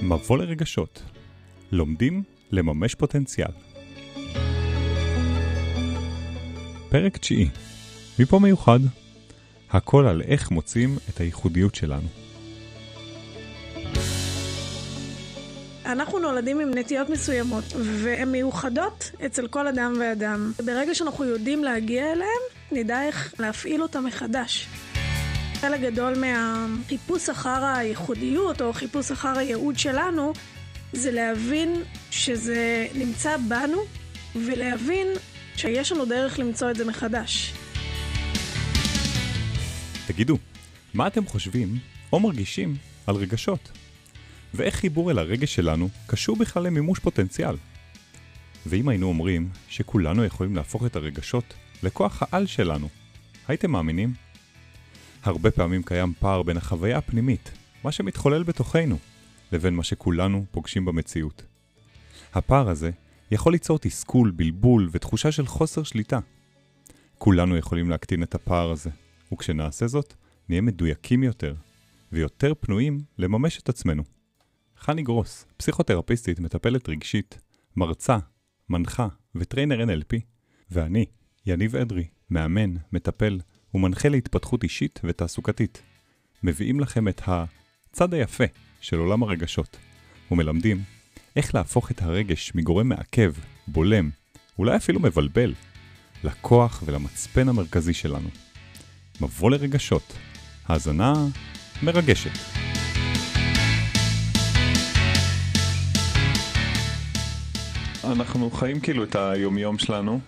מבוא לרגשות. לומדים לממש פוטנציאל. פרק 9. מפה מיוחד. הכל על איך מוצאים את הייחודיות שלנו. אנחנו נולדים עם נטיות מסוימות, והן מיוחדות אצל כל אדם ואדם. ברגע שאנחנו יודעים להגיע אליהם, נדע איך להפעיל אותם מחדש. חלק גדול מהחיפוש אחר הייחודיות או חיפוש אחר הייעוד שלנו, זה להבין שזה נמצא בנו, ולהבין שיש לנו דרך למצוא את זה מחדש. תגידו, מה אתם חושבים או מרגישים על רגשות? ואיך חיבור אל הרגש שלנו קשור בכלל למימוש פוטנציאל? ואם היינו אומרים שכולנו יכולים להפוך את הרגשות לכוח העל שלנו, הייתם מאמינים? הרבה פעמים קיים פער בין החוויה הפנימית, מה שמתחולל בתוכנו, לבין מה שכולנו פוגשים במציאות. הפער הזה יכול ליצור תסכול, בלבול ותחושה של חוסר שליטה. כולנו יכולים להקטין את הפער הזה, וכשנעשה זאת, נהיה מדויקים יותר, ויותר פנויים לממש את עצמנו. חני גרוס, פסיכותרפיסטית, מטפלת רגשית, מרצה, מנחה וטריינר NLP, ואני, יניב אדרי, מאמן, מטפל ומנחה להתפתחות אישית ותעסוקתית. מביאים לכם את הצד היפה של עולם הרגשות, ומלמדים איך להפוך את הרגש מגורם מעכב, בולם, אולי אפילו מבלבל, לכוח ולמצפן המרכזי שלנו. מבוא לרגשות. האזנה מרגשת. אנחנו חיים כאילו את היומיום שלנו,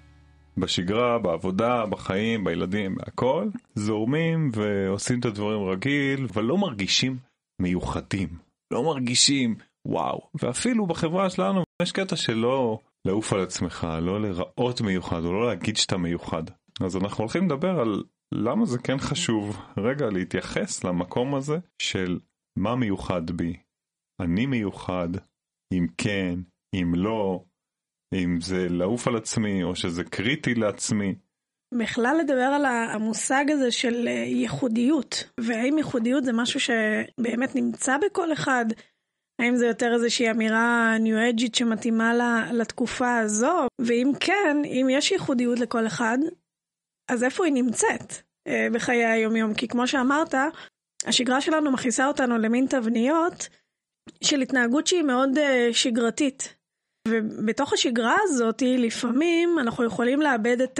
בשגרה, בעבודה, בחיים, בילדים, הכל, זורמים ועושים את הדברים רגיל, אבל לא מרגישים מיוחדים. לא מרגישים וואו. ואפילו בחברה שלנו יש קטע שלא לעוף על עצמך, לא לראות מיוחד, או לא להגיד שאתה מיוחד. אז אנחנו הולכים לדבר על למה זה כן חשוב רגע להתייחס למקום הזה של מה מיוחד בי. אני מיוחד, אם כן, אם לא, אם זה לעוף על עצמי או שזה קריטי לעצמי. בכלל לדבר על המושג הזה של ייחודיות, והאם ייחודיות זה משהו שבאמת נמצא בכל אחד, האם זה יותר איזושהי אמירה ניו-אג'ית שמתאימה לתקופה הזו, ואם כן, אם יש ייחודיות לכל אחד, אז איפה היא נמצאת בחיי היום-יום? כי כמו שאמרת, השגרה שלנו מכניסה אותנו למין תבניות של התנהגות שהיא מאוד שגרתית. ובתוך השגרה הזאת, לפעמים אנחנו יכולים לאבד את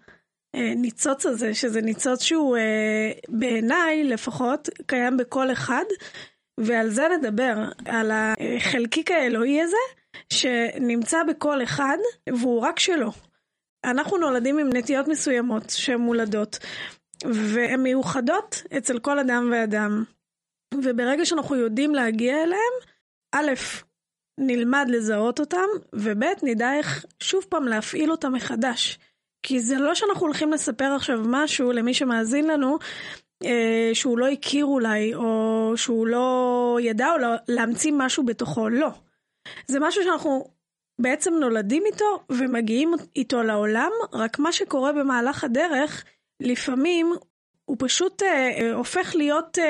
הניצוץ הזה, שזה ניצוץ שהוא בעיניי לפחות קיים בכל אחד, ועל זה נדבר, על החלקיק האלוהי הזה, שנמצא בכל אחד, והוא רק שלו. אנחנו נולדים עם נטיות מסוימות שהן מולדות, והן מיוחדות אצל כל אדם ואדם. וברגע שאנחנו יודעים להגיע אליהם, א', נלמד לזהות אותם, וב', נדע איך שוב פעם להפעיל אותם מחדש. כי זה לא שאנחנו הולכים לספר עכשיו משהו למי שמאזין לנו, שהוא לא הכיר אולי, או שהוא לא ידע, או להמציא משהו בתוכו, לא. זה משהו שאנחנו בעצם נולדים איתו, ומגיעים איתו לעולם, רק מה שקורה במהלך הדרך, לפעמים הוא פשוט הופך להיות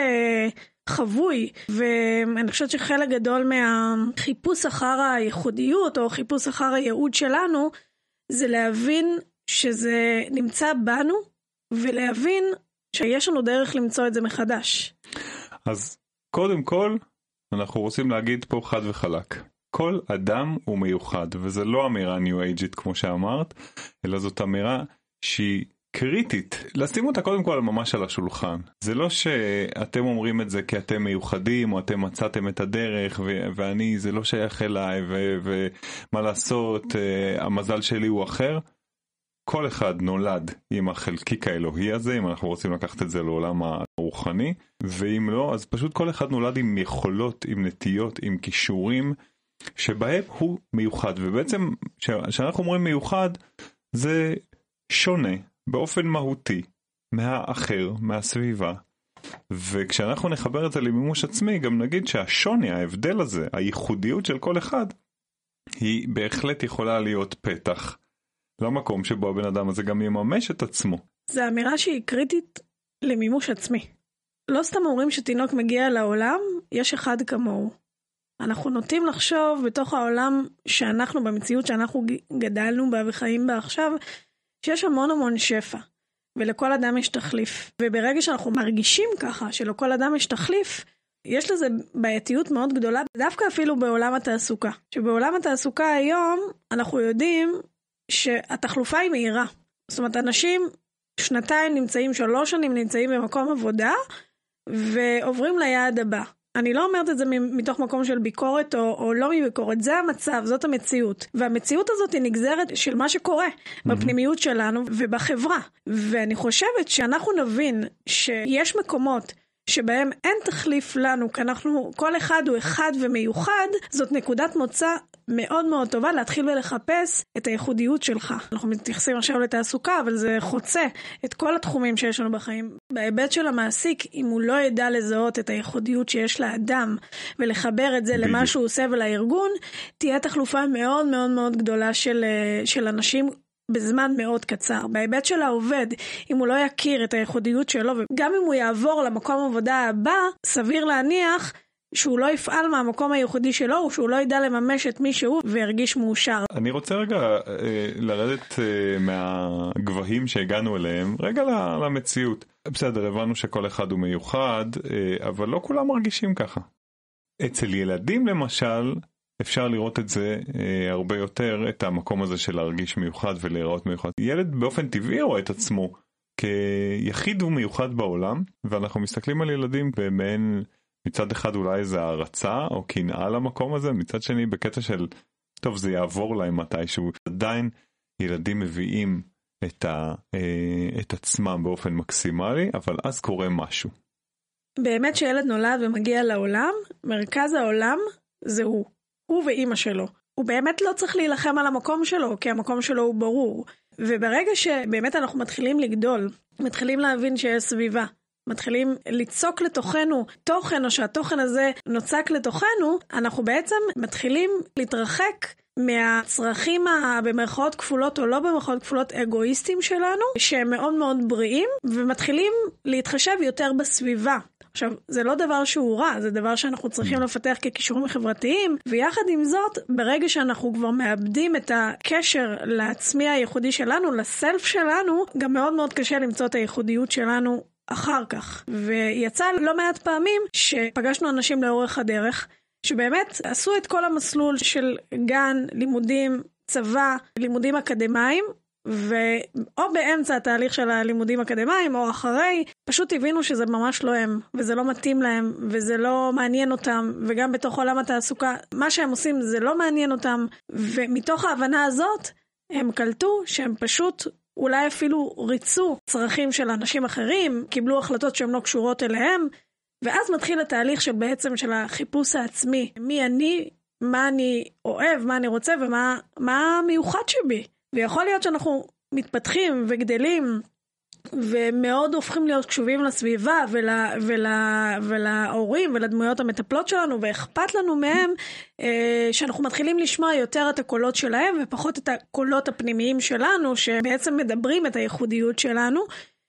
חבוי, ואני חושבת שחלק גדול מהחיפוש אחר הייחודיות, או חיפוש אחר הייעוד שלנו, זה להבין שזה נמצא בנו, ולהבין שיש לנו דרך למצוא את זה מחדש. אז קודם כל, אנחנו רוצים להגיד פה חד וחלק. כל אדם הוא מיוחד, וזה לא אמירה ניו-אייג'ית כמו שאמרת, אלא זאת אמירה שהיא קריטית. לשים אותה קודם כל ממש על השולחן. זה לא שאתם אומרים את זה כי אתם מיוחדים, או אתם מצאתם את הדרך, ואני, זה לא שייך אליי, ומה לעשות, המזל שלי הוא אחר. כל אחד נולד עם החלקיק האלוהי הזה, אם אנחנו רוצים לקחת את זה לעולם הרוחני, ואם לא, אז פשוט כל אחד נולד עם יכולות, עם נטיות, עם כישורים, שבהם הוא מיוחד. ובעצם, כשאנחנו אומרים מיוחד, זה שונה באופן מהותי מהאחר, מהסביבה. וכשאנחנו נחבר את זה למימוש עצמי, גם נגיד שהשוני, ההבדל הזה, הייחודיות של כל אחד, היא בהחלט יכולה להיות פתח למקום שבו הבן אדם הזה גם יממש את עצמו. זו אמירה שהיא קריטית למימוש עצמי. לא סתם אומרים שתינוק מגיע לעולם, יש אחד כמוהו. אנחנו נוטים לחשוב בתוך העולם שאנחנו, במציאות שאנחנו גדלנו בה וחיים בה עכשיו, שיש המון המון שפע, ולכל אדם יש תחליף. וברגע שאנחנו מרגישים ככה, שלכל אדם יש תחליף, יש לזה בעייתיות מאוד גדולה, דווקא אפילו בעולם התעסוקה. שבעולם התעסוקה היום, אנחנו יודעים שהתחלופה היא מהירה. זאת אומרת, אנשים 2 נמצאים, 3 שנים נמצאים במקום עבודה, ועוברים ליעד הבא. אני לא אומרת את זה מתוך מקום של ביקורת או לא מביקורת, זה המצב, זאת המציאות. והמציאות הזאת היא נגזרת של מה שקורה בפנימיות שלנו ובחברה. ואני חושבת שאנחנו נבין שיש מקומות שבהם אין תחליף לנו, כי אנחנו, כל אחד הוא אחד ומיוחד, זאת נקודת מוצא מאוד מאוד טובה להתחיל ולחפש את הייחודיות שלך. אנחנו מתייחסים עכשיו לתעסוקה, אבל זה חוצה את כל התחומים שיש לנו בחיים. בהיבט של המעסיק, אם הוא לא ידע לזהות את הייחודיות שיש לאדם, ולחבר את זה למה שהוא עושה ולארגון, תהיה תחלופה מאוד מאוד מאוד גדולה של אנשים בזמן מאוד קצר. בהיבט של העובד, אם הוא לא יכיר את הייחודיות שלו, וגם אם הוא יעבור למקום עבודה הבא, סביר להניח שהוא לא יפעל מהמקום הייחודי שלו, או שהוא לא ידע לממש את מי שהוא, וירגיש מאושר. אני רוצה רגע לרדת מהגבהים שהגענו אליהם, רגע למציאות. בסדר, הבנו שכל אחד הוא מיוחד, אבל לא כולם מרגישים ככה. אצל ילדים למשל, אפשר לראות את זה הרבה יותר, את המקום הזה של להרגיש מיוחד ולהיראות מיוחד. ילד באופן טבעי רואה את עצמו כיחיד ומיוחד בעולם, ואנחנו מסתכלים על ילדים במעין, מצד אחד אולי איזו הערצה או קנאה למקום הזה, מצד שני בקטע של, טוב זה יעבור להם מתישהו. עדיין ילדים מביאים את עצמם באופן מקסימלי, אבל אז קורה משהו. באמת שילד נולד ומגיע לעולם, מרכז העולם זה הוא. הוא ואימא שלו. הוא באמת לא צריך להילחם על המקום שלו, כי המקום שלו הוא ברור. וברגע שבאמת אנחנו מתחילים לגדול, מתחילים להבין שיש סביבה, מתחילים ליצוק לתוכנו תוכן, או שהתוכן הזה נוצק לתוכנו, אנחנו בעצם מתחילים להתרחק מהצרכים במרכאות כפולות או לא במרכאות כפולות אגואיסטים שלנו, שהם מאוד מאוד בריאים, ומתחילים להתחשב יותר בסביבה. עכשיו, זה לא דבר שהוא רע, זה דבר שאנחנו צריכים לפתח כקישורים חברתיים, ויחד עם זאת, ברגע שאנחנו כבר מאבדים את הקשר לעצמי הייחודי שלנו, לסלף שלנו, גם מאוד מאוד קשה למצוא את הייחודיות שלנו אחר כך. ויצא לא מעט פעמים שפגשנו אנשים לאורך הדרך, שבאמת עשו את כל המסלול של גן, לימודים, צבא, לימודים אקדמיים, או באמצע התהליך של הלימודים אקדמיים או אחרי, פשוט הבינו שזה ממש לא הם, וזה לא מתאים להם, וזה לא מעניין אותם, וגם בתוך עולם התעסוקה, מה שהם עושים זה לא מעניין אותם, ומתוך ההבנה הזאת, הם קלטו שהם פשוט אולי אפילו ריצו צרכים של אנשים אחרים, קיבלו החלטות שהן לא קשורות אליהם, ואז מתחיל התהליך של בעצם של החיפוש העצמי, מי אני, מה אני אוהב, מה אני רוצה, ומה המיוחד שבי. ויכול להיות שאנחנו מתפתחים וגדלים, ומאוד הופכים להיות קשובים לסביבה, ולהורים, ולדמויות המטפלות שלנו, ואכפת לנו מהם, שאנחנו מתחילים לשמוע יותר את הקולות שלהם, ופחות את הקולות הפנימיים שלנו, שבעצם מדברים את הייחודיות שלנו,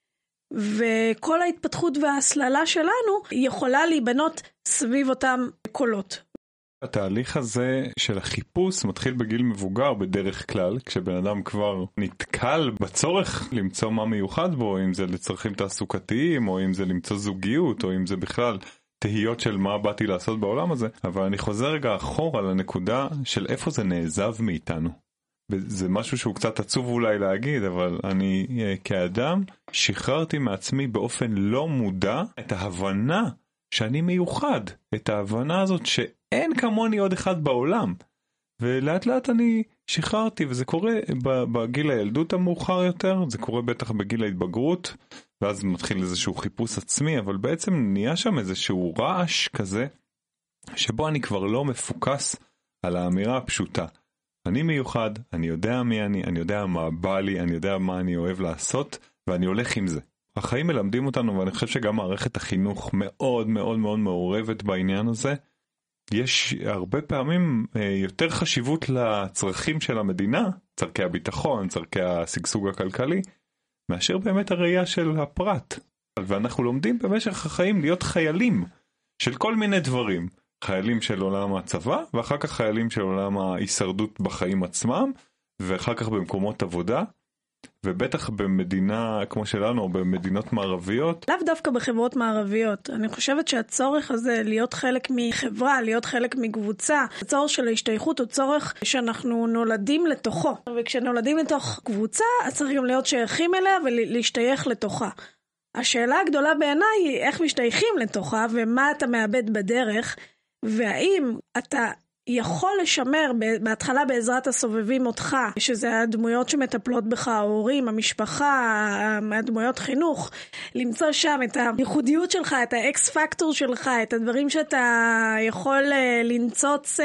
וכל ההתפתחות וההסללה שלנו, יכולה להיבנות סביב אותם קולות. התהליך הזה של החיפוש מתחיל בגיל מבוגר בדרך כלל, כשבן אדם כבר נתקל בצורך למצוא מה מיוחד בו, אם זה לצרכים תעסוקתיים, או אם זה למצוא זוגיות, או אם זה בכלל תהיות של מה באתי לעשות בעולם הזה. אבל אני חוזר רגע אחורה לנקודה של איפה זה נעזב מאיתנו. זה משהו שהוא קצת עצוב אולי להגיד, אבל אני כאדם שחררתי מעצמי באופן לא מודע את ההבנה שאני מיוחד, את ההבנה הזאת שאין כמוני עוד אחד בעולם. ולאט לאט אני שחררתי, וזה קורה בגיל הילדות המאוחר יותר, זה קורה בטח בגיל ההתבגרות, ואז מתחיל איזשהו חיפוש עצמי, אבל בעצם נהיה שם איזשהו רעש כזה, שבו אני כבר לא מפוקס על האמירה הפשוטה. אני מיוחד, אני יודע מי אני יודע מה בא לי, אני יודע מה אני אוהב לעשות, ואני הולך עם זה. החיים מלמדים אותנו, ואני חושב שגם מערכת החינוך מאוד מאוד מאוד מעורבת בעניין הזה. יש הרבה פעמים יותר חשיבות לצרכים של המדינה, צרכי הביטחון, צרכי השגשוג הכלכלי, מאשר באמת הראייה של הפרט. ואנחנו לומדים במשך החיים להיות חיילים של כל מיני דברים. חיילים של עולם הצבא, ואחר כך חיילים של עולם ההישרדות בחיים עצמם, ואחר כך במקומות עבודה, ובטח במדינה כמו שלנו, או במדינות מערביות. לאו דווקא בחברות מערביות. אני חושבת שהצורך הזה להיות חלק מחברה, להיות חלק מקבוצה, הצורך של ההשתייכות הוא צורך שאנחנו נולדים לתוכו. וכשנולדים לתוך קבוצה, אז צריך גם להיות שייכים אליה ולהשתייך לתוכה. השאלה הגדולה בעיניי היא איך משתייכים לתוכה, ומה אתה מאבד בדרך, והאם אתה יכול לשמר בהתחלה בעזרת הסובבים אותך, שזה הדמויות שמטפלות בך, ההורים, המשפחה, הדמויות חינוך, למצוא שם את הייחודיות שלך, את האקס פקטור שלך, את הדברים שאתה יכול לנצוץ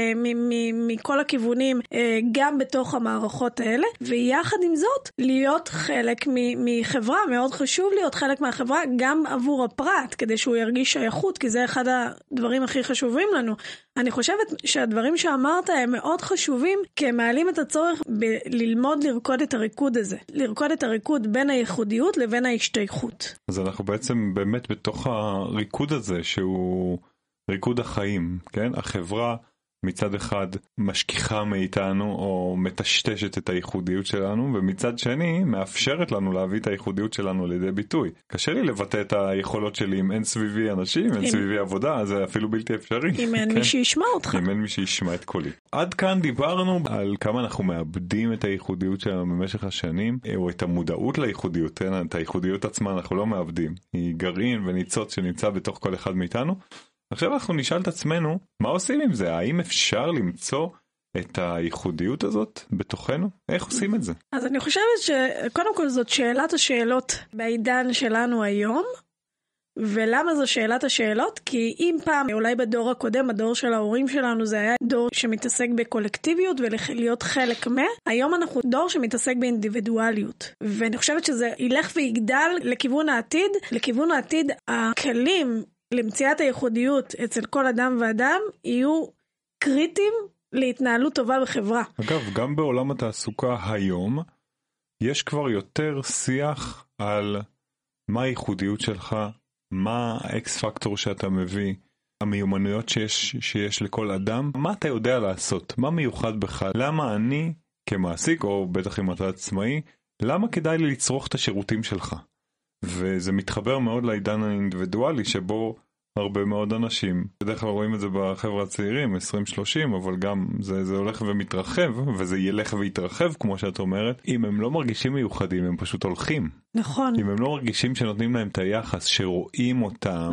מכל הכיוונים, גם בתוך המערכות האלה, ויחד עם זאת, להיות חלק מחברה, מאוד חשוב להיות חלק מהחברה, גם עבור הפרט, כדי שהוא ירגיש שייכות, כי זה אחד הדברים הכי חשובים לנו. אני חושבת שהדברים שאמרת הם מאוד חשובים, כי הם מעלים את הצורך ללמוד לרקוד את הריקוד הזה. לרקוד את הריקוד בין הייחודיות לבין ההשתייכות. אז אנחנו בעצם באמת בתוך הריקוד הזה, שהוא ריקוד החיים, כן? החברה מצד אחד משכיחה מאיתנו, או מטשטשת את הייחודיות שלנו, ומצד שני מאפשרת לנו להביא את הייחודיות שלנו לידי ביטוי. קשה לי לבטא את היכולות שלי אם אין סביבי אנשים, אין סביבי עבודה, אז זה אפילו בלתי אפשרי. אם אין מי שישמע אותך. אם אין מי שישמע את קולי. עד כאן דיברנו על כמה אנחנו מאבדים את הייחודיות שלנו במשך השנים, או את המודעות לייחודיות, את הייחודיות עצמה אנחנו לא מאבדים. היא גרעין וניצוץ שנמצא בתוך כל אחד מאיתנו. עכשיו אנחנו נשאל את עצמנו, מה עושים עם זה? האם אפשר למצוא את הייחודיות הזאת בתוכנו? איך עושים את זה? אז אני חושבת שקודם כל זאת שאלת השאלות בעידן שלנו היום, ולמה זו שאלת השאלות? כי אם פעם, אולי בדור הקודם, הדור של ההורים שלנו, זה היה דור שמתעסק בקולקטיביות ולהיות חלק היום אנחנו דור שמתעסק באינדיבידואליות. ואני חושבת שזה ילך ויגדל לכיוון העתיד. לכיוון העתיד, הכלים למציאת הייחודיות אצל כל אדם ואדם יהיו קריטיים להתנהלות טובה בחברה. אגב, גם בעולם התעסוקה היום יש כבר יותר שיח על מה הייחודיות שלך, מה האקס פקטור שאתה מביא, המיומנויות שיש לכל אדם, מה אתה יודע לעשות, מה מיוחד בך, למה אני כמעסיק, או בטח אם אתה עצמאי, למה כדאי לי לצרוך את השירותים שלך. וזה מתחבר מאוד לעידן האינדיבידואלי, שבו הרבה מאוד אנשים, בדרך כלל רואים את זה בחברה הצעירים, 20-30, אבל גם זה הולך ומתרחב, וזה ילך ויתרחב, כמו שאת אומרת. אם הם לא מרגישים מיוחדים, הם פשוט הולכים. נכון. אם הם לא מרגישים שנותנים להם את היחס, שרואים אותם,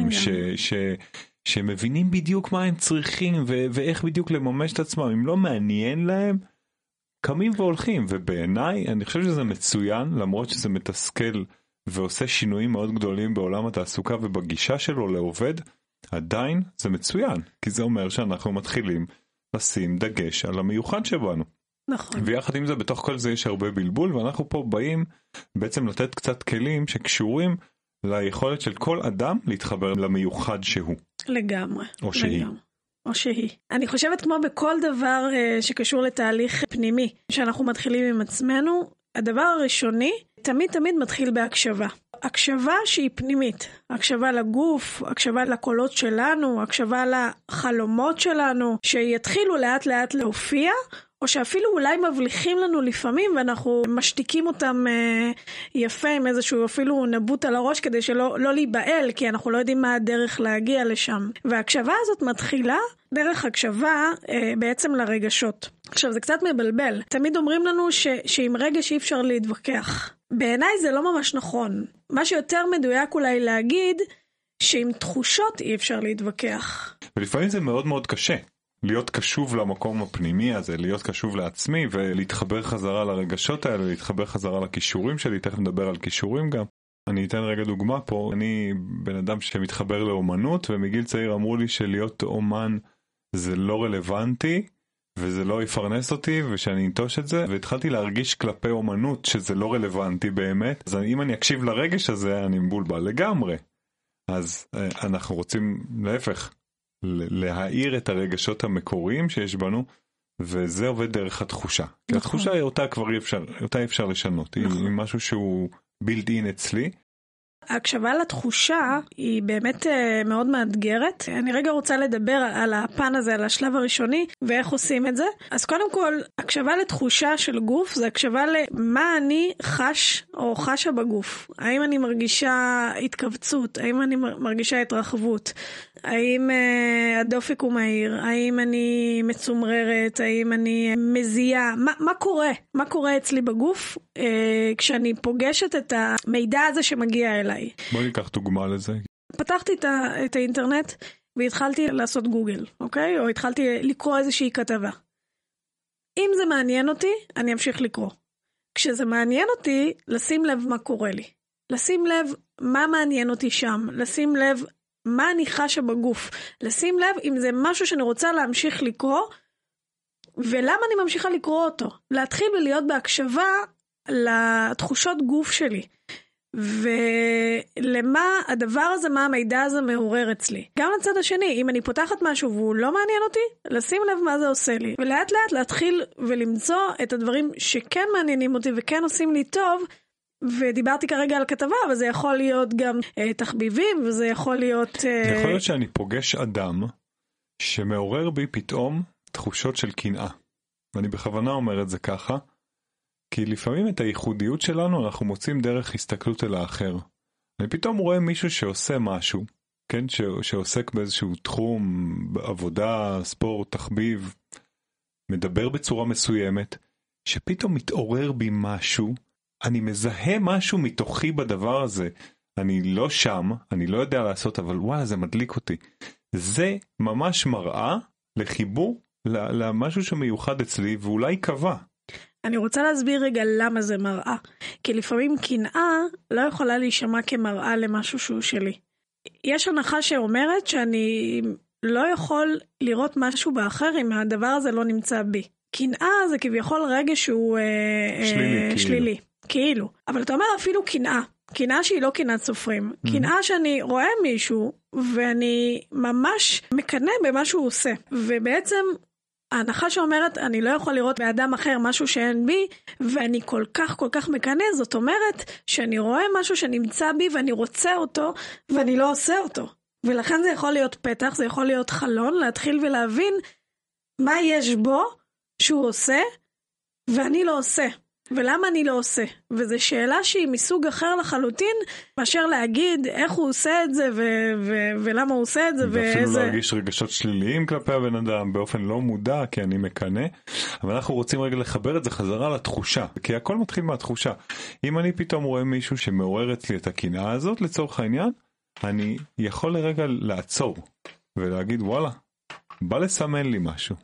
שמבינים בדיוק מה הם צריכים, ואיך בדיוק לממש את עצמם, אם לא מעניין להם, קמים והולכים. ובעיניי, אני חושב שזה מצוין, למרות שזה מתסכל, ועושה שינויים מאוד גדולים בעולם התעסוקה ובגישה שלו לעובד, עדיין זה מצוין, כי זה אומר שאנחנו מתחילים לשים דגש על המיוחד שבנו. נכון. ויחד עם זה, בתוך כל זה יש הרבה בלבול, ואנחנו פה באים בעצם לתת קצת כלים שקשורים ליכולת של כל אדם להתחבר למיוחד שהוא. לגמרי. או שהיא. לגמרי. או שהיא. אני חושבת כמו בכל דבר שקשור לתהליך פנימי, שאנחנו מתחילים עם עצמנו, הדבר הראשוני תמיד מתחיל בהקשבה. הקשבה שהיא פנימית. הקשבה לגוף, הקשבה לקולות שלנו, הקשבה לחלומות שלנו, שיתחילו לאט לאט להופיע, או שאפילו אולי מבליחים לנו לפעמים, ואנחנו משתיקים אותם יפה עם איזשהו אפילו נבוט על הראש, כדי שלא להיבעל, כי אנחנו לא יודעים מה הדרך להגיע לשם. וההקשבה הזאת מתחילה דרך הקשבה בעצם לרגשות. עכשיו זה קצת מבלבל. תמיד אומרים לנו שעם רגש אי אפשר להתווכח. בעיניי זה לא ממש נכון. מה שיותר מדויק אולי להגיד, שעם תחושות אי אפשר להתווכח. ולפעמים זה מאוד מאוד קשה. להיות קשוב למקום הפנימי הזה, להיות קשוב לעצמי, ולהתחבר חזרה לרגשות האלה, להתחבר חזרה לכישורים שלי, תכף נדבר על כישורים גם. אני אתן רגע דוגמה פה, אני בן אדם שמתחבר לאומנות, ומגיל צעיר אמרו לי שלהיות אומן זה לא רלוונטי, וזה לא יפרנס אותי, ושאני אנטוש את זה, והתחלתי להרגיש כלפי אומנות שזה לא רלוונטי באמת, אז אם אני אקשיב לרגש הזה, אני מבולבל לגמרי. אז אנחנו רוצים להפך, להאיר את הרגשות המקוריים שיש בנו, וזה עובד דרך התחושה. נכון. כי התחושה אותה כבר אי אפשר לשנות. נכון. היא משהו שהוא built in אצלי, ההקשבה לתחושה היא באמת מאוד מאתגרת. אני רגע רוצה לדבר על הפן הזה, על השלב הראשוני, ואיך עושים את זה. אז קודם כל, הקשבה לתחושה של גוף, זה הקשבה למה אני חש או חשה בגוף. האם אני מרגישה התכווצות? האם אני מרגישה התרחבות? האם הדופק הוא מהיר? האם אני מצומררת? האם אני מזיעה? מה קורה? מה קורה אצלי בגוף כשאני פוגשת את המידע הזה שמגיע אליי? בואי ניקח דוגמה לזה. פתחתי את האינטרנט והתחלתי לעשות גוגל, אוקיי? או התחלתי לקרוא איזושהי כתבה. אם זה מעניין אותי, אני אמשיך לקרוא. כשזה מעניין אותי, לשים לב מה קורה לי. לשים לב מה מעניין אותי שם. לשים לב מה אני חשה בגוף. לשים לב אם זה משהו שאני רוצה להמשיך לקרוא, ולמה אני ממשיכה לקרוא אותו. להתחיל ולהיות בהקשבה לתחושות גוף שלי. ולמה הדבר הזה, מה המידע הזה מעורר אצלי. גם לצד השני, אם אני פותחת משהו והוא לא מעניין אותי, לשים לב מה זה עושה לי. ולאט לאט להתחיל ולמצוא את הדברים שכן מעניינים אותי וכן עושים לי טוב. ודיברתי כרגע על כתבה, אבל זה יכול להיות גם תחביבים, וזה יכול להיות... יכול להיות שאני פוגש אדם שמעורר בי פתאום תחושות של קנאה. ואני בכוונה אומר את זה ככה, כי לפעמים את הייחודיות שלנו אנחנו מוצאים דרך הסתכלות אל האחר. אני פתאום רואה מישהו שעושה משהו, כן? שעוסק באיזשהו תחום, עבודה, ספורט, תחביב, מדבר בצורה מסוימת, שפתאום מתעורר בי משהו, אני מזהה משהו מתוכי בדבר הזה. אני לא שם, אני לא יודע לעשות, אבל וואלה, זה מדליק אותי. זה ממש מראה לחיבור למשהו שמיוחד אצלי, ואולי קבע. אני רוצה להסביר רגע למה זה מראה. כי לפעמים קנאה לא יכולה להישמע כמראה למשהו שהוא שלי. יש הנחה שאומרת שאני לא יכול לראות משהו באחר אם הדבר הזה לא נמצא בי. קנאה זה כביכול רגע שהוא שלילי. כאילו. אבל אתה אומר אפילו קנאה. קנאה שהיא לא קנאת סופרים. קנאה שאני רואה מישהו ואני ממש מקנא במה שהוא עושה. ובעצם ההנחה שאומרת, אני לא יכול לראות באדם אחר משהו שאין בי, ואני כל כך מקנא, זאת אומרת שאני רואה משהו שנמצא בי ואני רוצה אותו, ואני לא עושה אותו. ולכן זה יכול להיות פתח, זה יכול להיות חלון, להתחיל ולהבין מה יש בו שהוא עושה, ואני לא עושה. ולמה אני לא עושה? וזו שאלה שהיא מסוג אחר לחלוטין, מאשר להגיד איך הוא עושה את זה, ולמה הוא עושה את זה, ואפילו להרגיש רגשות שליליים כלפי הבן אדם, באופן לא מודע, כי אני מקנא, אבל אנחנו רוצים רגע לחבר את זה חזרה לתחושה, כי הכל מתחיל מהתחושה. אם אני פתאום רואה מישהו שמעורר אצלי את הקנאה הזאת, לצורך העניין, אני יכול לרגע לעצור, ולהגיד וואלה, בא לסמן לי משהו.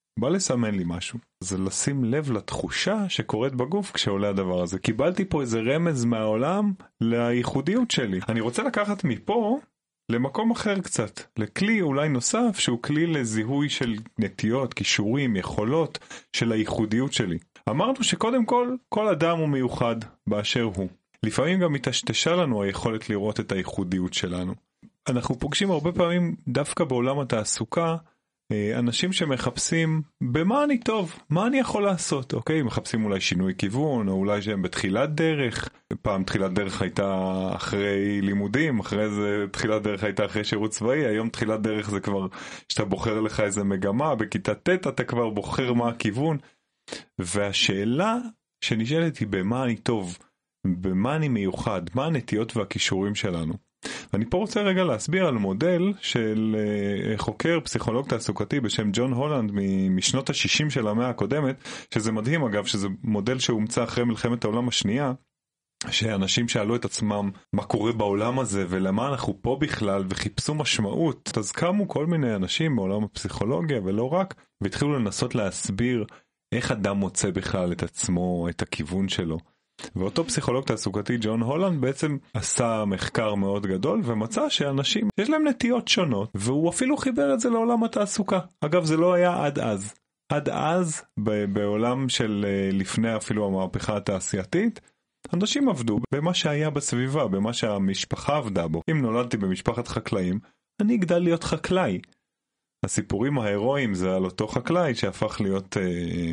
זה לשים לב לתחושה שקורית בגוף כשעולה הדבר הזה. קיבלתי פה איזה רמז מהעולם לייחודיות שלי. אני רוצה לקחת מפה למקום אחר קצת, לכלי אולי נוסף שהוא כלי לזיהוי של נטיות, כישורים, יכולות של הייחודיות שלי. אמרנו שקודם כל אדם הוא מיוחד באשר הוא. לפעמים גם מתשתשה לנו היכולת לראות את הייחודיות שלנו. אנחנו פוגשים הרבה פעמים דווקא בעולם התעסוקה אנשים שמחפשים במה אני טוב, מה אני יכול לעשות, אוקיי? מחפשים אולי שינוי כיוון, או אולי שהם בתחילת דרך. פעם תחילת דרך הייתה אחרי לימודים, אחרי זה תחילת דרך הייתה אחרי שירות צבאי, היום תחילת דרך זה כבר שאתה בוחר לך איזה מגמה, בכיתה ט' אתה כבר בוחר מה הכיוון. והשאלה שנשאלת היא במה אני טוב, במה אני מיוחד, מה הנטיות והכישורים שלנו. ואני פה רוצה רגע להסביר על מודל של חוקר פסיכולוג תעסוקתי בשם ג'ון הולנד משנות ה-60 של המאה הקודמת, שזה מדהים אגב, שזה מודל שהומצא אחרי מלחמת העולם השנייה, שאנשים שאלו את עצמם מה קורה בעולם הזה ולמה אנחנו פה בכלל וחיפשו משמעות. אז קמו כל מיני אנשים בעולם הפסיכולוגיה ולא רק, והתחילו לנסות להסביר איך אדם מוצא בכלל את עצמו, את הכיוון שלו. ואותו פסיכולוג תעסוקתי ג'ון הולנד בעצם עשה מחקר מאוד גדול ומצא שאנשים יש להם נטיות שונות, והוא אפילו חיבר את זה לעולם התעסוקה. אגב, זה לא היה עד אז בעולם של לפני אפילו המהפכה התעשייתית, אנשים עבדו במה שהיה בסביבה, במה שהמשפחה עבדה בו. אם נולדתי במשפחת חקלאים, אני אגדל להיות חקלאי. הסיפורים ההירואיים זה על אותו חקלאי שהפך להיות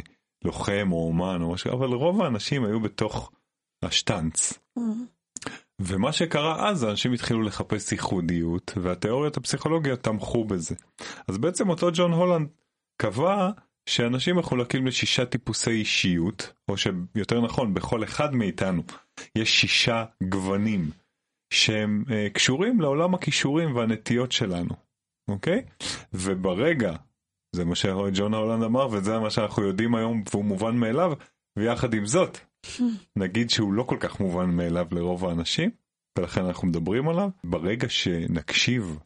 לוחם או אומן או משהו, אבל רוב האנשים היו בתוך השטנץ. ומה שקרה אז, אנשים התחילו לחפש ייחודיות, והתיאוריות הפסיכולוגיות תמכו בזה. אז בעצם אותו ג'ון הולנד קבע שאנשים מחולקים ל6 טיפוסי אישיות, או שיותר נכון, בכל אחד מאיתנו יש 6 גוונים שהם קשורים לעולם הכישורים והנטיות שלנו, אוקיי? וברגע, זה מה שג'ון הולנד אמר, וזה מה שאנחנו יודעים היום, והוא מובן מאליו, ויחד עם זאת, נגיד שהוא לא כל כך מובן מאליו לרוב האנשים, ולכן אנחנו מדברים עליו. ברגע שנקשיב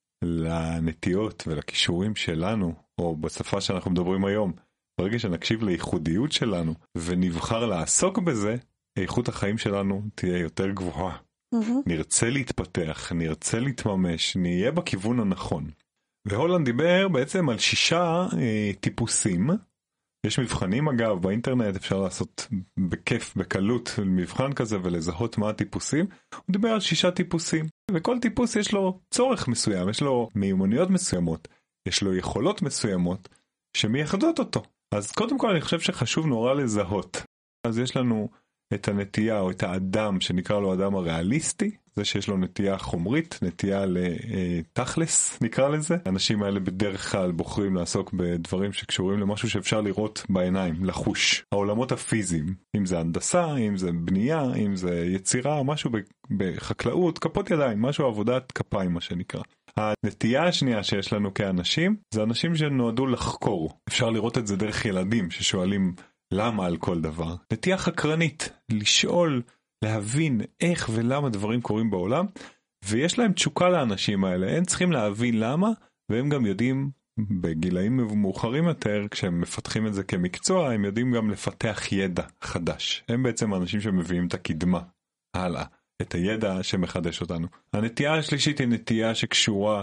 לנטיות ולכישורים שלנו, או בשפה שאנחנו מדברים היום, ברגע שנקשיב לייחודיות שלנו, ונבחר לעסוק בזה, איכות החיים שלנו תהיה יותר גבוהה. נרצה להתפתח, נרצה להתממש, נהיה בכיוון הנכון. והולנד דיבר בעצם על 6 טיפוסים. יש מבחנים אגב, באינטרנט אפשר לעשות בכיף, בקלות, מבחן כזה ולזהות מה הטיפוסים. הוא דיבר על 6 טיפוסים, וכל טיפוס יש לו צורך מסוים, יש לו מיומנויות מסוימות, יש לו יכולות מסוימות שמייחדות אותו. אז קודם כל אני חושב שחשוב נורא לזהות. אז יש לנו את הנטייה או את האדם שנקרא לו אדם הריאליסטי, זה שיש לו נטייה חומרית, נטייה לתכלס נקרא לזה. האנשים האלה בדרך כלל בוחרים לעסוק בדברים שקשורים למשהו שאפשר לראות בעיניים, לחוש. העולמות הפיזיים, אם זה הנדסה, אם זה בנייה, אם זה יצירה, משהו בחקלאות, כפות ידיים, משהו עבודת כפיים מה שנקרא. הנטייה השנייה שיש לנו כאנשים, זה אנשים שנועדו לחקור. אפשר לראות את זה דרך ילדים ששואלים למה על כל דבר. נטייה חקרנית, לשאול, להבין איך ולמה דברים קורים בעולם, ויש להם תשוקה לאנשים האלה, הם צריכים להבין למה, והם גם יודעים בגילאים מאוחרים יותר, כשהם מפתחים את זה כמקצוע, הם יודעים גם לפתח ידע חדש. הם בעצם האנשים שמביאים את הקדמה הלאה, את הידע שמחדש אותנו. הנטייה השלישית היא נטייה שקשורה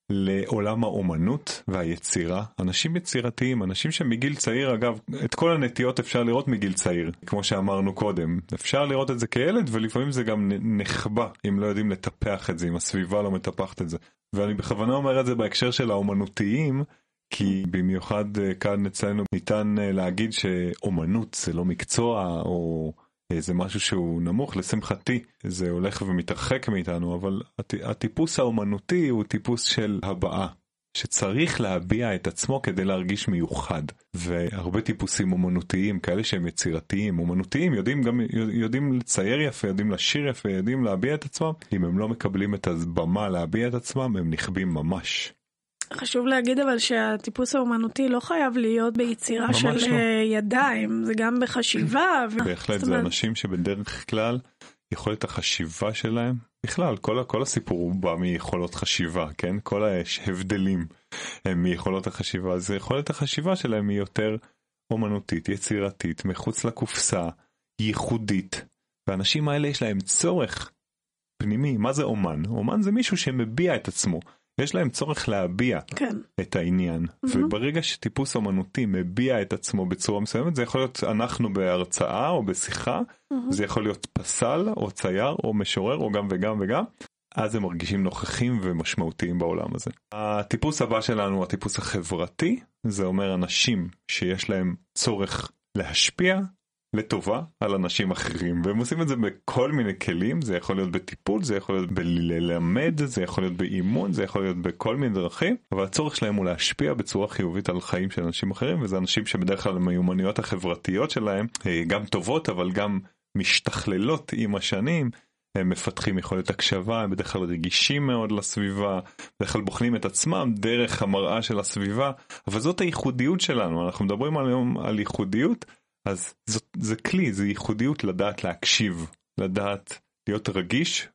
לעולם האומנות והיצירה. אנשים יצירתיים, אנשים שמגיל צעיר, אגב, את כל הנטיות אפשר לראות מגיל צעיר, כמו שאמרנו קודם. אפשר לראות את זה כילד, ולפעמים זה גם נחבא, אם לא יודעים לטפח את זה, אם הסביבה לא מטפחת את זה. ואני בכוונה אומר את זה בהקשר של האומנותיים, כי במיוחד כאן אצלנו ניתן להגיד שאומנות זה לא מקצוע, או זה משהו שהוא נמוך. לשמחתי זה הולך ומתרחק מאיתנו, אבל הטיפוס האומנותי הוא טיפוס של הבעה, שצריך להביע את עצמו כדי להרגיש מיוחד. והרבה טיפוסים אומנותיים, כאלה שהם יצירתיים, אומנותיים, יודעים לצייר יפה, יודעים לשיר יפה, יודעים להביע את עצמם. אם הם לא מקבלים את הבמה להביע את עצמם, הם נכבים ממש. חשוב להגיד אבל שהטיפוס האומנותי לא חייב להיות ביצירה של לא. ידיים, זה גם בחשיבה. בהחלט, זה אנשים שבדרך כלל יכולת החשיבה שלהם, בכלל, כל הסיפור הוא בא מיכולות חשיבה, כן? כל ההבדלים הם מיכולות החשיבה, אז יכולת החשיבה שלהם היא יותר אומנותית, יצירתית, מחוץ לקופסה, ייחודית, והאנשים האלה יש להם צורך פנימי. מה זה אומן? אומן זה מישהו שמביע את עצמו. יש להם צורך להביע את העניין, וברגע שטיפוס אומנותי מביע את עצמו בצורה מסוימת, זה יכול להיות אנחנו בהרצאה או בשיחה, זה יכול להיות פסל או צייר או משורר או גם וגם וגם, אז הם מרגישים נוכחים ומשמעותיים בעולם הזה. הטיפוס הבא שלנו הוא הטיפוס החברתי, זה אומר אנשים שיש להם צורך להשפיע לטובה על אנשים אחרים, והם עושים את זה בכל מיני כלים. זה יכול להיות בטיפול, זה יכול להיות בללמד, זה יכול להיות באימון, זה יכול להיות בכל מיני דרכים, אבל הצורך שלהם הוא להשפיע בצורה חיובית על חיים של אנשים אחרים, וזה אנשים שבדרך כלל המיומנויות החברתיות שלהם גם טובות, אבל גם משתכללות עם השנים. הם מפתחים יכולת הקשבה, הם בדרך כלל רגישים מאוד לסביבה, בדרך כלל בוחנים את עצמם דרך המראה של הסביבה, אבל זאת הייחודיות שלנו. אנחנו מדברים היום על ייחודיות, אז זה כלי, זה ייחודיות לדעת להקשיב, לדעת להיות רגיש,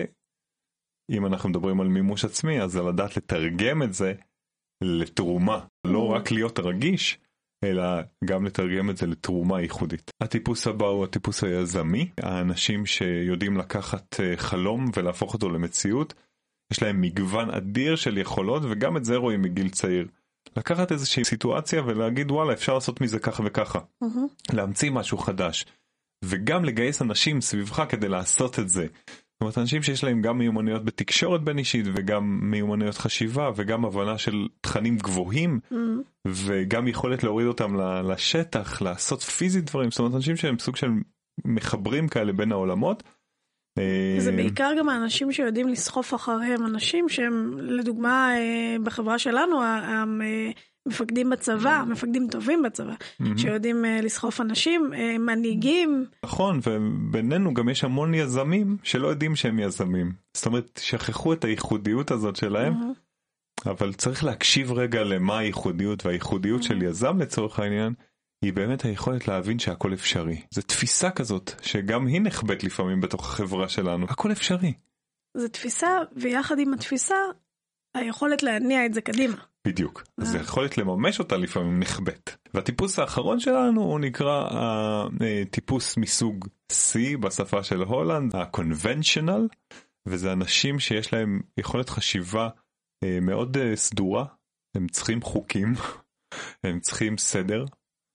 ואם אנחנו מדברים על מימוש עצמי, אז זה לדעת לתרגם את זה לתרומה. לא רק להיות רגיש, אלא גם לתרגם את זה לתרומה ייחודית. הטיפוס הבא הוא הטיפוס היזמי, האנשים שיודעים לקחת חלום ולהפוך אותו למציאות, יש להם מגוון אדיר של יכולות, וגם את זה רואים מגיל צעיר. לקחת איזושהי סיטואציה ולהגיד וואלה אפשר לעשות מזה ככה וככה, להמציא משהו חדש, וגם לגייס אנשים סביבך כדי לעשות את זה. זאת אומרת, אנשים שיש להם גם מיומנויות בתקשורת בין אישית, וגם מיומנויות חשיבה, וגם הבנה של תכנים גבוהים, וגם יכולת להוריד אותם לשטח, לעשות פיזית דברים. זאת אומרת, אנשים שהם סוג של מחברים כאלה בין העולמות, זה בעיקר גם האנשים שיודעים לסחוף אחריהם, אנשים שהם לדוגמה בחברה שלנו, מפקדים בצבא, מפקדים טובים בצבא, שיודעים לסחוף אנשים, מנהיגים. נכון, ובינינו גם יש המון יזמים שלא יודעים שהם יזמים. זאת אומרת, שכחו את הייחודיות הזאת שלהם, אבל צריך להקשיב רגע למה הייחודיות, והייחודיות של יזם לצורך העניין, היא באמת היכולת להבין שהכל אפשרי. זו תפיסה כזאת, שגם היא נחבאת לפעמים בתוך החברה שלנו. הכל אפשרי. זו תפיסה, ויחד עם התפיסה, היכולת להניע את זה קדימה. בדיוק. אז היכולת לממש אותה לפעמים נחבאת. והטיפוס האחרון שלנו הוא נקרא טיפוס מסוג C בשפה של הולנד, ה-conventional, וזה אנשים שיש להם יכולת חשיבה מאוד סדורה, הם צריכים חוקים, הם צריכים סדר,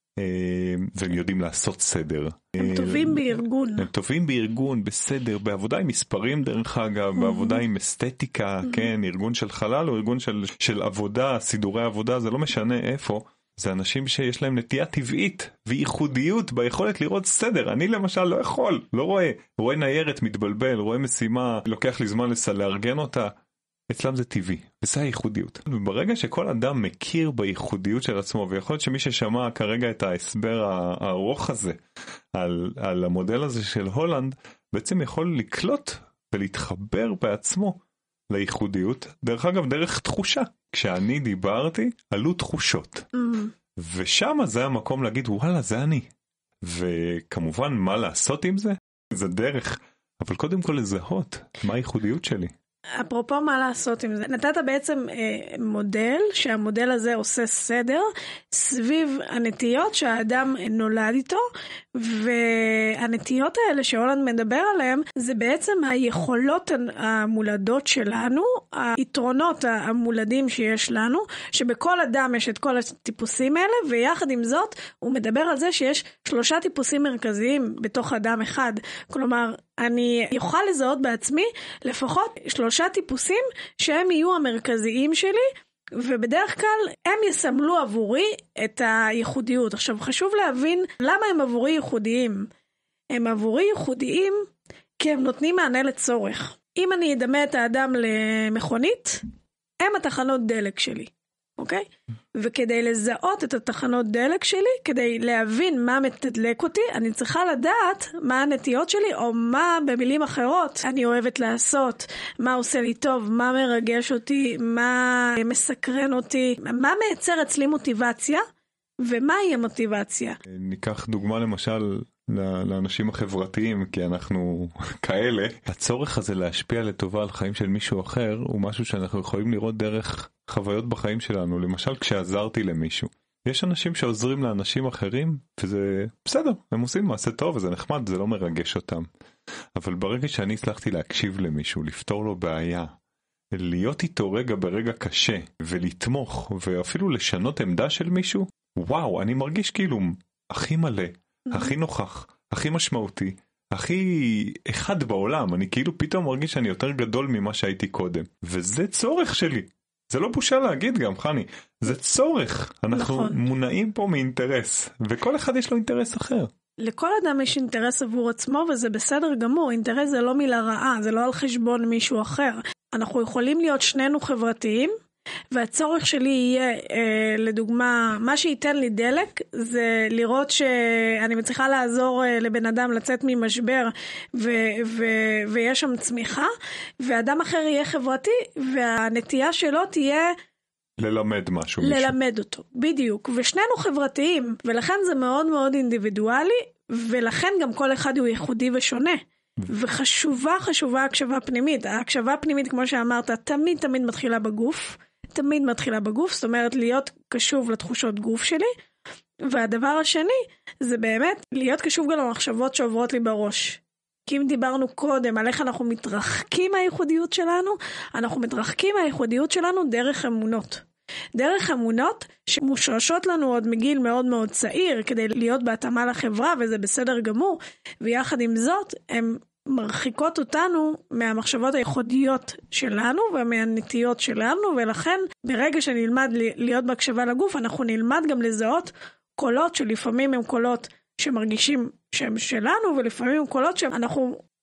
והם יודעים לעשות סדר. הם טובים בארגון. הם טובים בארגון, בסדר, בעבודה עם מספרים דרך אגב, בעבודה עם אסתטיקה, כן, ארגון של חלל או ארגון של עבודה, סידורי עבודה, זה לא משנה איפה. זה אנשים שיש להם נטייה טבעית וייחודיות ביכולת לראות סדר. אני למשל לא יכול, לא רואה ניירת מתבלבל, רואה משימה, לוקח לי זמן לארגן אותה. אצלם זה טבעי, וזה הייחודיות. וברגע שכל אדם מכיר בייחודיות של עצמו, ויכול להיות שמי ששמע כרגע את ההסבר הארוך הזה, על המודל הזה של הולנד, בעצם יכול לקלוט ולהתחבר בעצמו לייחודיות, דרך אגב דרך תחושה. כשאני דיברתי, עלו תחושות. ושם זה המקום להגיד, וואלה, זה אני. וכמובן, מה לעשות עם זה? זה דרך. אבל קודם כל לזהות מה הייחודיות שלי. אפרופו מה לעשות עם זה, נתת בעצם מודל, שהמודל הזה עושה סדר סביב הנטיות שהאדם נולד איתו, והנטיות האלה שהולנד מדבר עליהן, זה בעצם היכולות המולדות שלנו, היתרונות המולדים שיש לנו, שבכל אדם יש את כל הטיפוסים האלה, ויחד עם זאת הוא מדבר על זה שיש 3 טיפוסים מרכזיים בתוך אדם אחד, כלומר אני יוכל לזהות בעצמי לפחות 3 טיפוסים שהם יהיו המרכזיים שלי, ובדרך כלל הם יסמלו עבורי את הייחודיות. עכשיו חשוב להבין למה הם עבורי ייחודיים. הם עבורי ייחודיים כי הם נותנים מענה לצורך. אם אני אדמה את האדם למכונית, הם התחנות דלק שלי. אוקיי? וכדי לזהות את התחנות דלק שלי, כדי להבין מה מתדלק אותי, אני צריכה לדעת מה הנטיות שלי, או מה במילים אחרות אני אוהבת לעשות, מה עושה לי טוב, מה מרגש אותי, מה מסקרן אותי, מה מייצר אצלי מוטיבציה, ומה היא המוטיבציה. ניקח דוגמה למשל לאנשים החברתיים, כי אנחנו כאלה. הצורך הזה להשפיע לטובה על חיים של מישהו אחר, הוא משהו שאנחנו יכולים לראות דרך חוויות בחיים שלנו. למשל, כשעזרתי למישהו. יש אנשים שעוזרים לאנשים אחרים, וזה בסדר, הם עושים מעשה טוב, וזה נחמד, זה לא מרגש אותם. אבל ברגע שאני הצלחתי להקשיב למישהו, לפתור לו בעיה, להיות איתו רגע ברגע קשה, ולתמוך, ואפילו לשנות עמדה של מישהו, וואו, אני מרגיש כאילו הכי מלא, הכי נוכח, הכי משמעותי, הכי אחד בעולם. אני כאילו פתאום מרגיש שאני יותר גדול ממה שהייתי קודם. וזה צורך שלי. זה לא בושה להגיד גם, חני. זה צורך. אנחנו מונעים פה מאינטרס. וכל אחד יש לו אינטרס אחר. לכל אדם יש אינטרס עבור עצמו, וזה בסדר גמור. אינטרס זה לא מילה רעה, זה לא על חשבון מישהו אחר. אנחנו יכולים להיות שנינו חברתיים, והצורך שלי יהיה, לדוגמה, מה שייתן לי דלק, זה לראות שאני מצליחה לעזור לבן אדם לצאת ממשבר, ויש שם צמיחה, ואדם אחר יהיה חברתי, והנטייה שלו תהיה ללמד משהו. ללמד אותו, בדיוק. ושנינו חברתיים, ולכן זה מאוד מאוד אינדיבידואלי, ולכן גם כל אחד הוא ייחודי ושונה. וחשובה הקשבה פנימית. ההקשבה הפנימית, כמו שאמרת, תמיד מתחילה בגוף. תמיד מתחילה בגוף, זאת אומרת להיות קשוב לתחושות גוף שלי, והדבר השני זה באמת להיות קשוב גם למחשבות שעוברות לי בראש. כי אם דיברנו קודם על איך אנחנו מתרחקים מהייחודיות שלנו, אנחנו מתרחקים מהייחודיות שלנו דרך אמונות. דרך אמונות שמושרשות לנו עוד מגיל מאוד מאוד צעיר, כדי להיות בהתאמה לחברה, וזה בסדר גמור, ויחד עם זאת הם מרחיקות אותנו מהמחשבות הייחודיות שלנו ומהנטיות שלנו, ולכן ברגע שנלמד להיות בהקשבה לגוף, אנחנו נלמד גם לזהות קולות שלפעמים הם קולות שמרגישים שהם שלנו, ולפעמים הם קולות שאנחנו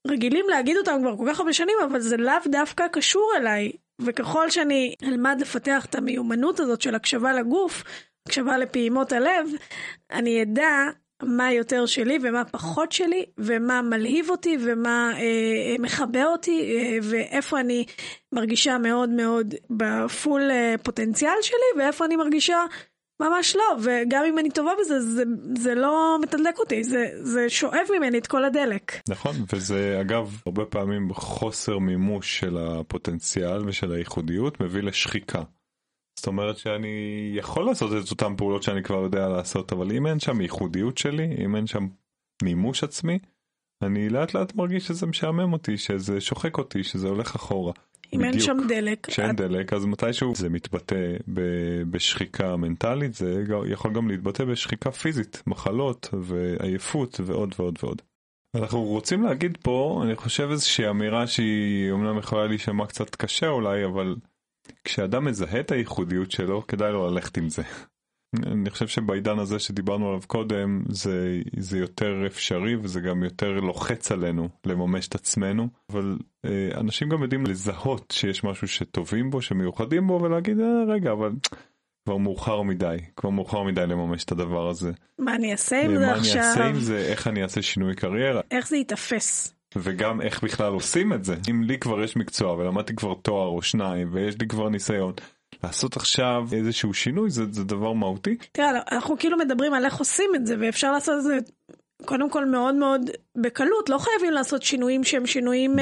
רגילים להגיד אותם כבר כל כך הרבה שנים, אבל זה לאו דווקא קשור אליי. וככל שאני אלמד לפתח את המיומנות הזאת של הקשבה לגוף, הקשבה לפעימות הלב, אני אדע מה יותר שלי ומה פחות שלי, ומה מלהיב אותי ומה מחבר אותי, ואיפה אני מרגישה מאוד מאוד בפול פוטנציאל שלי, ואיפה אני מרגישה ממש לא, וגם אם אני טובה בזה, זה לא מתדלק אותי, זה שואב ממני את כל הדלק. נכון, וזה אגב, הרבה פעמים חוסר מימוש של הפוטנציאל ושל הייחודיות מביא לשחיקה. זאת אומרת שאני יכול לעשות את אותם פעולות שאני כבר יודע לעשות, אבל אם אין שם ייחודיות שלי, אם אין שם מימוש עצמי, אני לאט לאט מרגיש שזה משעמם אותי, שזה שוחק אותי, שזה הולך אחורה. אם אין שם דלק. כשאין דלק, אז מתישהו זה מתבטא בשחיקה מנטלית, זה יכול גם להתבטא בשחיקה פיזית, מחלות ועייפות ועוד ועוד ועוד. אנחנו רוצים להגיד פה, אני חושב איזושהי אמירה שהיא אומנם יכולה להישמע קצת קשה אולי, אבל כשאדם מזהה את הייחודיות שלו, כדאי לו ללכת עם זה. אני חושב שבעידן הזה שדיברנו עליו קודם, זה יותר אפשרי וזה גם יותר לוחץ עלינו לממש את עצמנו, אבל אנשים גם יודעים לזהות שיש משהו שטובים בו, שמיוחדים בו, ולהגיד, רגע, אבל כבר מאוחר מדי לממש את הדבר הזה. מה אני אעשה עם זה עכשיו? מה אני אעשה עם זה, איך אני אעשה שינוי קריירה? איך זה יתפס? וגם איך בכלל עושים את זה. אם לי כבר יש מקצוע ולמדתי כבר תואר או שניים ויש לי כבר ניסיון, לעשות עכשיו איזשהו שינוי זה דבר מהותי. תראה, אנחנו כאילו מדברים על איך עושים את זה, ואפשר לעשות את זה קודם כל מאוד מאוד בקלות, לא חייבים לעשות שינויים שהם שינויים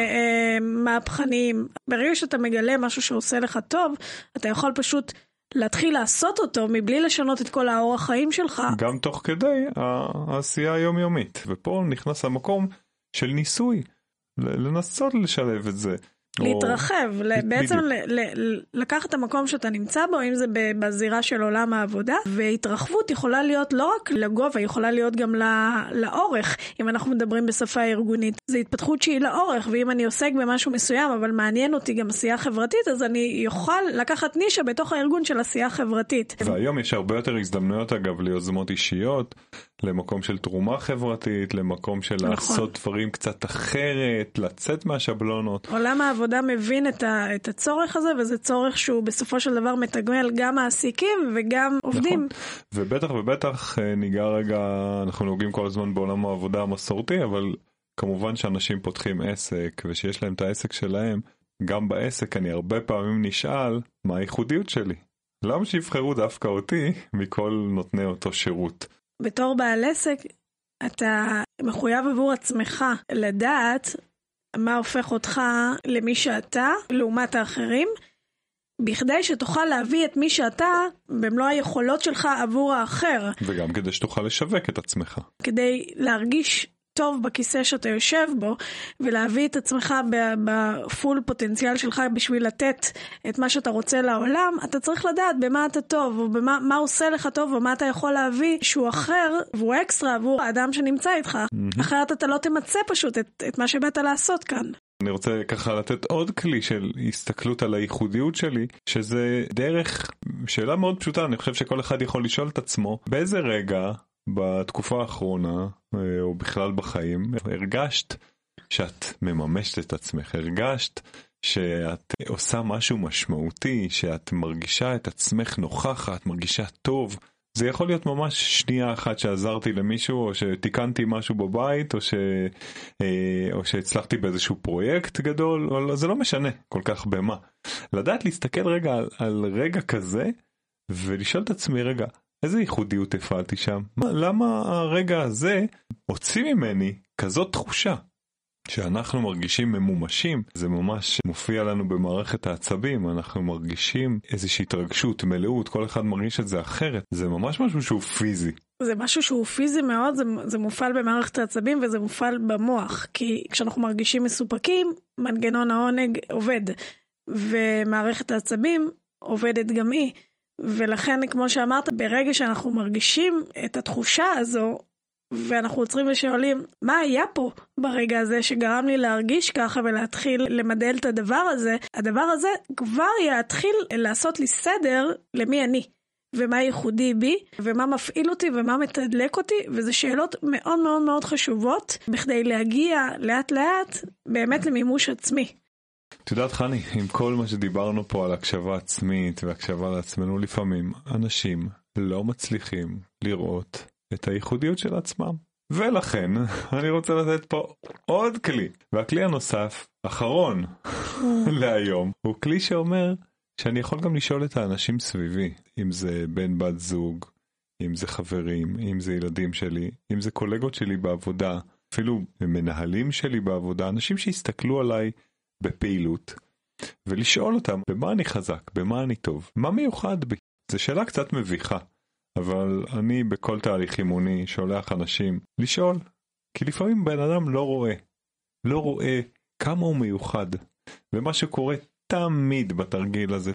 מהפכניים. ברגע שאתה מגלה משהו שעושה לך טוב, אתה יכול פשוט להתחיל לעשות אותו מבלי לשנות את כל האורח חיים שלך. גם תוך כדי העשייה היומיומית. ופה נכנס המקום של ניסוי, לנסות לשלב את זה. להתרחב, בעצם לקחת את המקום שאתה נמצא בו, אם זה בזירה של עולם העבודה, והתרחבות יכולה להיות לא רק לגובה, יכולה להיות גם לאורך, אם אנחנו מדברים בשפה הארגונית. זה התפתחות שהיא לאורך, ואם אני עוסק במשהו מסוים, אבל מעניין אותי גם עשייה חברתית, אז אני יוכל לקחת נישה בתוך הארגון של עשייה חברתית. והיום יש הרבה יותר הזדמנויות אגב ליוזמות אישיות, למקום של תרומה חברתית, למקום של לעשות דברים קצת אחרת, לצאת מהשבלונות. עולם העבודה מבין את הצורך הזה, וזה צורך שהוא בסופו של דבר מתגמל גם מעסיקים וגם עובדים. נכון. ובטח ובטח ניגע רגע, אנחנו נוגעים כל הזמן בעולם העבודה המסורתי, אבל כמובן שאנשים פותחים עסק, ושיש להם את העסק שלהם, גם בעסק אני הרבה פעמים נשאל, מה הייחודיות שלי? למה שיבחרו דווקא אותי מכל נותני אותו שירות? בתור בעל עסק, אתה מחויב עבור עצמך לדעת מה הופך אותך למי שאתה, לעומת האחרים, בכדי שתוכל להביא את מי שאתה במלוא היכולות שלך עבור האחר. וגם כדי שתוכל לשווק את עצמך. כדי להרגיש טוב בכיסא שאתה יושב בו, ולהביא את עצמך בפול פוטנציאל שלך בשביל לתת את מה שאתה רוצה לעולם, אתה צריך לדעת במה אתה טוב, או מה עושה לך טוב, או מה אתה יכול להביא שהוא אחר, והוא אקסטרה עבור האדם שנמצא איתך. אחרת אתה לא תמצא פשוט את מה שבאת לעשות כאן. אני רוצה ככה לתת עוד כלי של הסתכלות על הייחודיות שלי, שזה דרך שאלה מאוד פשוטה, אני חושב שכל אחד יכול לשאול את עצמו, באיזה רגע בתקופה האחרונה, או בכלל בחיים, הרגשת שאת מממשת את עצמך, הרגשת שאת עושה משהו משמעותי, שאת מרגישה את עצמך נוכחת, מרגישה טוב. זה יכול להיות ממש שנייה אחת שעזרתי למישהו, או שתיקנתי משהו בבית, או שהצלחתי באיזשהו פרויקט גדול, או זה לא משנה כל כך במה. לדעת להסתכל רגע על רגע כזה, ולשאול את עצמי רגע, איזה ייחודיות הפעלתי שם? למה הרגע הזה הוציא ממני כזאת תחושה שאנחנו מרגישים ממומשים? זה ממש מופיע לנו במערכת העצבים, אנחנו מרגישים איזושהי התרגשות, מלאות, כל אחד מרגיש את זה אחרת. זה ממש משהו שהוא פיזי. זה משהו שהוא פיזי מאוד, זה מופעל במערכת העצבים וזה מופעל במוח, כי כשאנחנו מרגישים מסופקים, מנגנון העונג עובד, ומערכת העצבים עובדת גם היא. ולכן, כמו שאמרת, ברגע שאנחנו מרגישים את התחושה הזו, ואנחנו עוצרים ושואלים, מה היה פה ברגע הזה שגרם לי להרגיש ככה ולהתחיל למדל את הדבר הזה, הדבר הזה כבר יתחיל לעשות לי סדר למי אני. ומה ייחודי בי, ומה מפעיל אותי ומה מתדלק אותי, וזה שאלות מאוד מאוד מאוד חשובות, בכדי להגיע לאט לאט באמת למימוש עצמי. את יודעת חני, עם כל מה שדיברנו פה על הקשבה עצמית והקשבה לעצמנו, לפעמים אנשים לא מצליחים לראות את הייחודיות של עצמם. ולכן אני רוצה לתת פה עוד כלי, והכלי הנוסף, אחרון להיום, הוא כלי שאומר שאני יכול גם לשאול את האנשים סביבי, אם זה בן בת זוג, אם זה חברים, אם זה ילדים שלי, אם זה קולגות שלי בעבודה, אפילו מנהלים שלי בעבודה, אנשים שהסתכלו עליי בפעילות, ולשאול אותם במה אני חזק, במה אני טוב, מה מיוחד בי. זו שאלה קצת מביכה, אבל אני בכל תהליך אימוני שולח אנשים לשאול, כי לפעמים בן אדם לא רואה כמה הוא מיוחד, ומה שקורה תמיד בתרגיל הזה,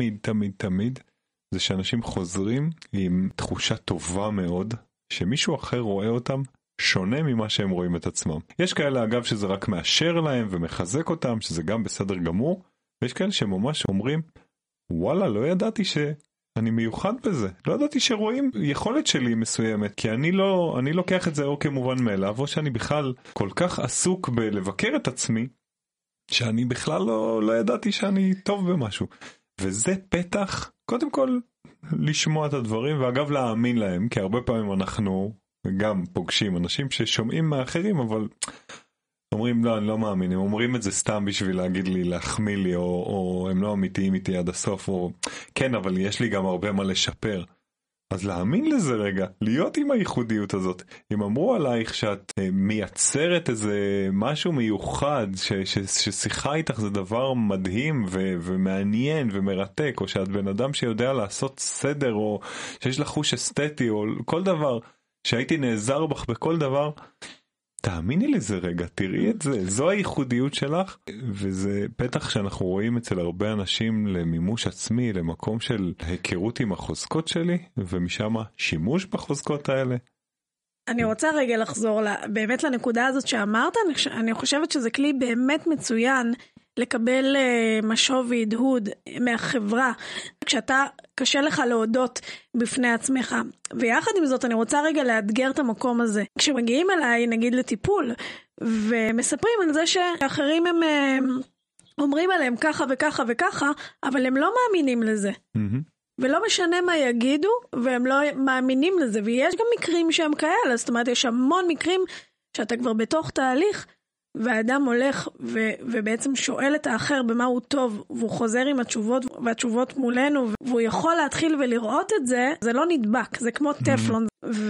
תמיד, זה שאנשים חוזרים עם תחושה טובה מאוד, שמישהו אחר רואה אותם שונה ממה שהם רואים את עצמם. יש כאלה אגב שזה רק מאשר להם ומחזק אותם, שזה גם בסדר גמור, ויש כאלה שממש אומרים, וואלה, לא ידעתי שאני מיוחד בזה, לא ידעתי שרואים יכולת שלי מסוימת, כי אני לוקח את זה או כמובן מאליו, או שאני בכלל כל כך עסוק בלבקר את עצמי, שאני בכלל לא ידעתי שאני טוב במשהו. וזה פתח, קודם כל, לשמוע את הדברים, ואגב להאמין להם, כי הרבה פעמים אנחנו גם פוגשים אנשים ששומעים מאחרים, אבל אומרים, לא, אני לא מאמין, הם אומרים את זה סתם בשביל להגיד לי, להחמיא לי, או הם לא אמיתיים איתי עד הסוף, או כן, אבל יש לי גם הרבה מה לשפר. אז להאמין לזה רגע, להיות עם הייחודיות הזאת. אם אמרו עלייך שאת מייצרת איזה משהו מיוחד, ששיחה איתך זה דבר מדהים ומעניין ומרתק, או שאת בן אדם שיודע לעשות סדר, או שיש לך חוש אסתטי, או כל דבר, שהייתי נעזר בך בכל דבר, תאמיני לזה רגע, תראי את זה, זו הייחודיות שלך, וזה פתח שאנחנו רואים אצל הרבה אנשים למימוש עצמי, למקום של היכרות עם החוזקות שלי, ומשם שימוש בחוזקות האלה. אני רוצה רגע לחזור באמת לנקודה הזאת שאמרת, אני חושבת שזה כלי באמת מצוין לקבל משוב והדהוד מהחברה, כשאתה קשה לך להודות בפני עצמך. ויחד עם זאת אני רוצה רגע לאתגר את המקום הזה. כשמגיעים אליי נגיד לטיפול, ומספרים על זה שאחרים הם אומרים עליהם ככה וככה וככה, אבל הם לא מאמינים לזה. ולא משנה מה יגידו, והם לא מאמינים לזה. ויש גם מקרים שהם כאלה, זאת אומרת יש המון מקרים שאתה כבר בתוך תהליך, והאדם הולך ובעצם שואל את האחר במה הוא טוב, והוא חוזר עם התשובות, והתשובות מולנו, והוא יכול להתחיל ולראות את זה, זה לא נדבק, זה כמו טפלון,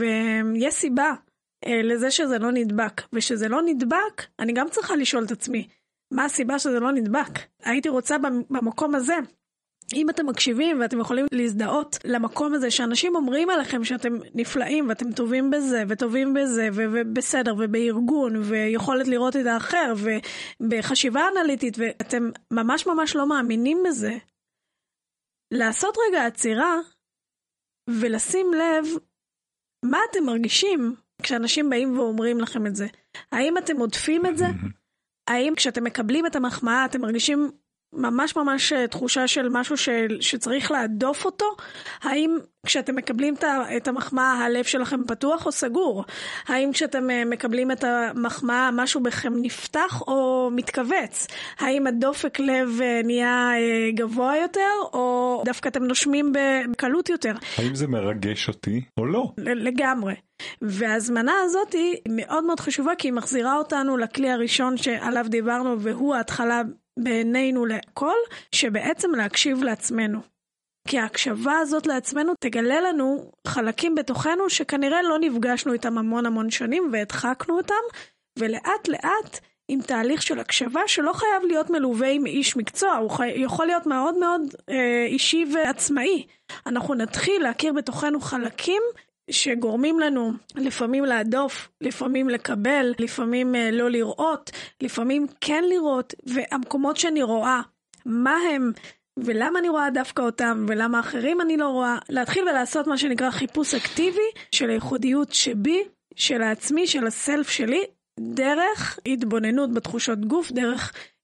ויש סיבה לזה שזה לא נדבק, ושזה לא נדבק, אני גם צריכה לשאול את עצמי, מה הסיבה שזה לא נדבק? הייתי רוצה במקום הזה, אם אתם מקשיבים ואתם יכולים להזדהות למקום הזה שאנשים אומרים עליכם שאתם נפלאים ואתם טובים בזה וטובים בזה ובסדר ובארגון ויכולת לראות את האחר ובחשיבה אנליטית ואתם ממש ממש לא מאמינים בזה, לעשות רגע עצירה ולשים לב מה אתם מרגישים כשאנשים באים ואומרים לכם את זה. האם אתם עודפים את זה? האם כשאתם מקבלים את המחמאה אתם מרגישים ממש ממש תחושה של משהו שצריך להדוף אותו? האם כשאתם מקבלים את המחמאה הלב שלכם פתוח או סגור? האם כשאתם מקבלים את המחמאה משהו בכם נפתח או מתכווץ? האם הדופק לב נהיה גבוה יותר או דווקא אתם נושמים בקלות יותר? האם זה מרגש אותי או לא? לגמרי. והזמנה הזאת היא מאוד מאוד חשובה, כי היא מחזירה אותנו לכלי הראשון שעליו דיברנו, והוא ההתחלה בעינינו לכל, שבעצם להקשיב לעצמנו. כי ההקשבה הזאת לעצמנו תגלה לנו חלקים בתוכנו שכנראה לא נפגשנו איתם המון שנים והדחקנו אותם, ולאט לאט עם תהליך של הקשבה שלא חייב להיות מלווה עם איש מקצוע, הוא יכול להיות מאוד מאוד אישי ועצמאי. אנחנו נתחיל להכיר בתוכנו חלקים שגורמים לנו לפעמים להדוף, לפעמים לקבל, לפעמים לא לראות, לפעמים כן לראות, והמקומות שאני רואה, מה הם ולמה אני רואה דווקא אותם ולמה אחרים אני לא רואה, להתחיל ולעשות מה שנקרא חיפוש אקטיבי של הייחודיות שבי, של העצמי, של הסלף שלי, דרך התבוננות בתחושות גוף, דרך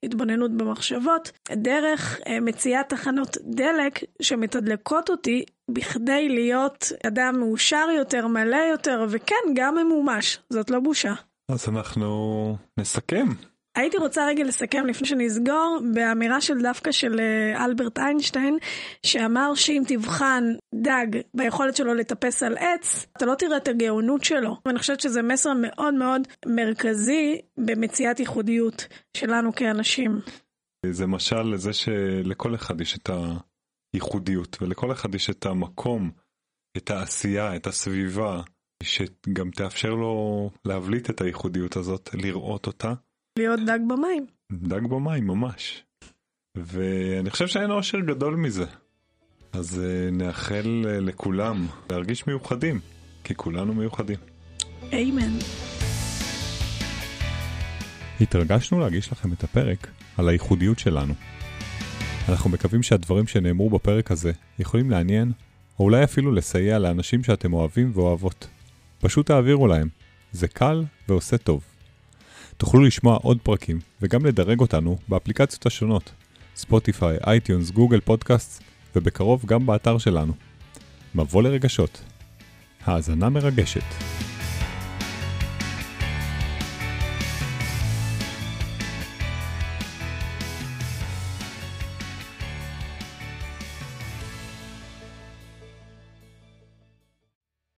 התבוננות במחשבות, דרך מציאת תחנות דלק שמתדלקות אותי בכדי להיות אדם מאושר יותר, מלא יותר, וכן, גם ממומש. זאת לא בושה. אז אנחנו נסכם. הייתי רוצה רגע לסכם לפני שנסגור באמירה של דווקא של אלברט איינשטיין, שאמר שאם תבחן דג ביכולת שלו לטפס על עץ, אתה לא תראה את הגאונות שלו. ואני חושבת שזה מסר מאוד מאוד מרכזי במציאת ייחודיות שלנו כאנשים. זה משל לזה שלכל אחד יש את הייחודיות, ולכל אחד יש את המקום, את העשייה, את הסביבה, שגם תאפשר לו להבליט את הייחודיות הזאת, לראות אותה. להיות דג במים. דג במים, ממש. ואני חושב שאין אושר גדול מזה. אז נאחל לכולם להרגיש מיוחדים, כי כולנו מיוחדים. אמן. התרגשנו להגיש לכם את הפרק על הייחודיות שלנו. אנחנו מקווים שהדברים שנאמרו בפרק הזה יכולים לעניין, או אולי אפילו לסייע לאנשים שאתם אוהבים ואוהבות. פשוט תעבירו להם. זה קל ועושה טוב. תוכלו לשמוע עוד פרקים וגם לדרג אותנו באפליקציות השונות, ספוטיפיי, אייטיונס, גוגל פודקאסט, ובקרוב גם באתר שלנו. מבוא לרגשות. האזנה מרגשת.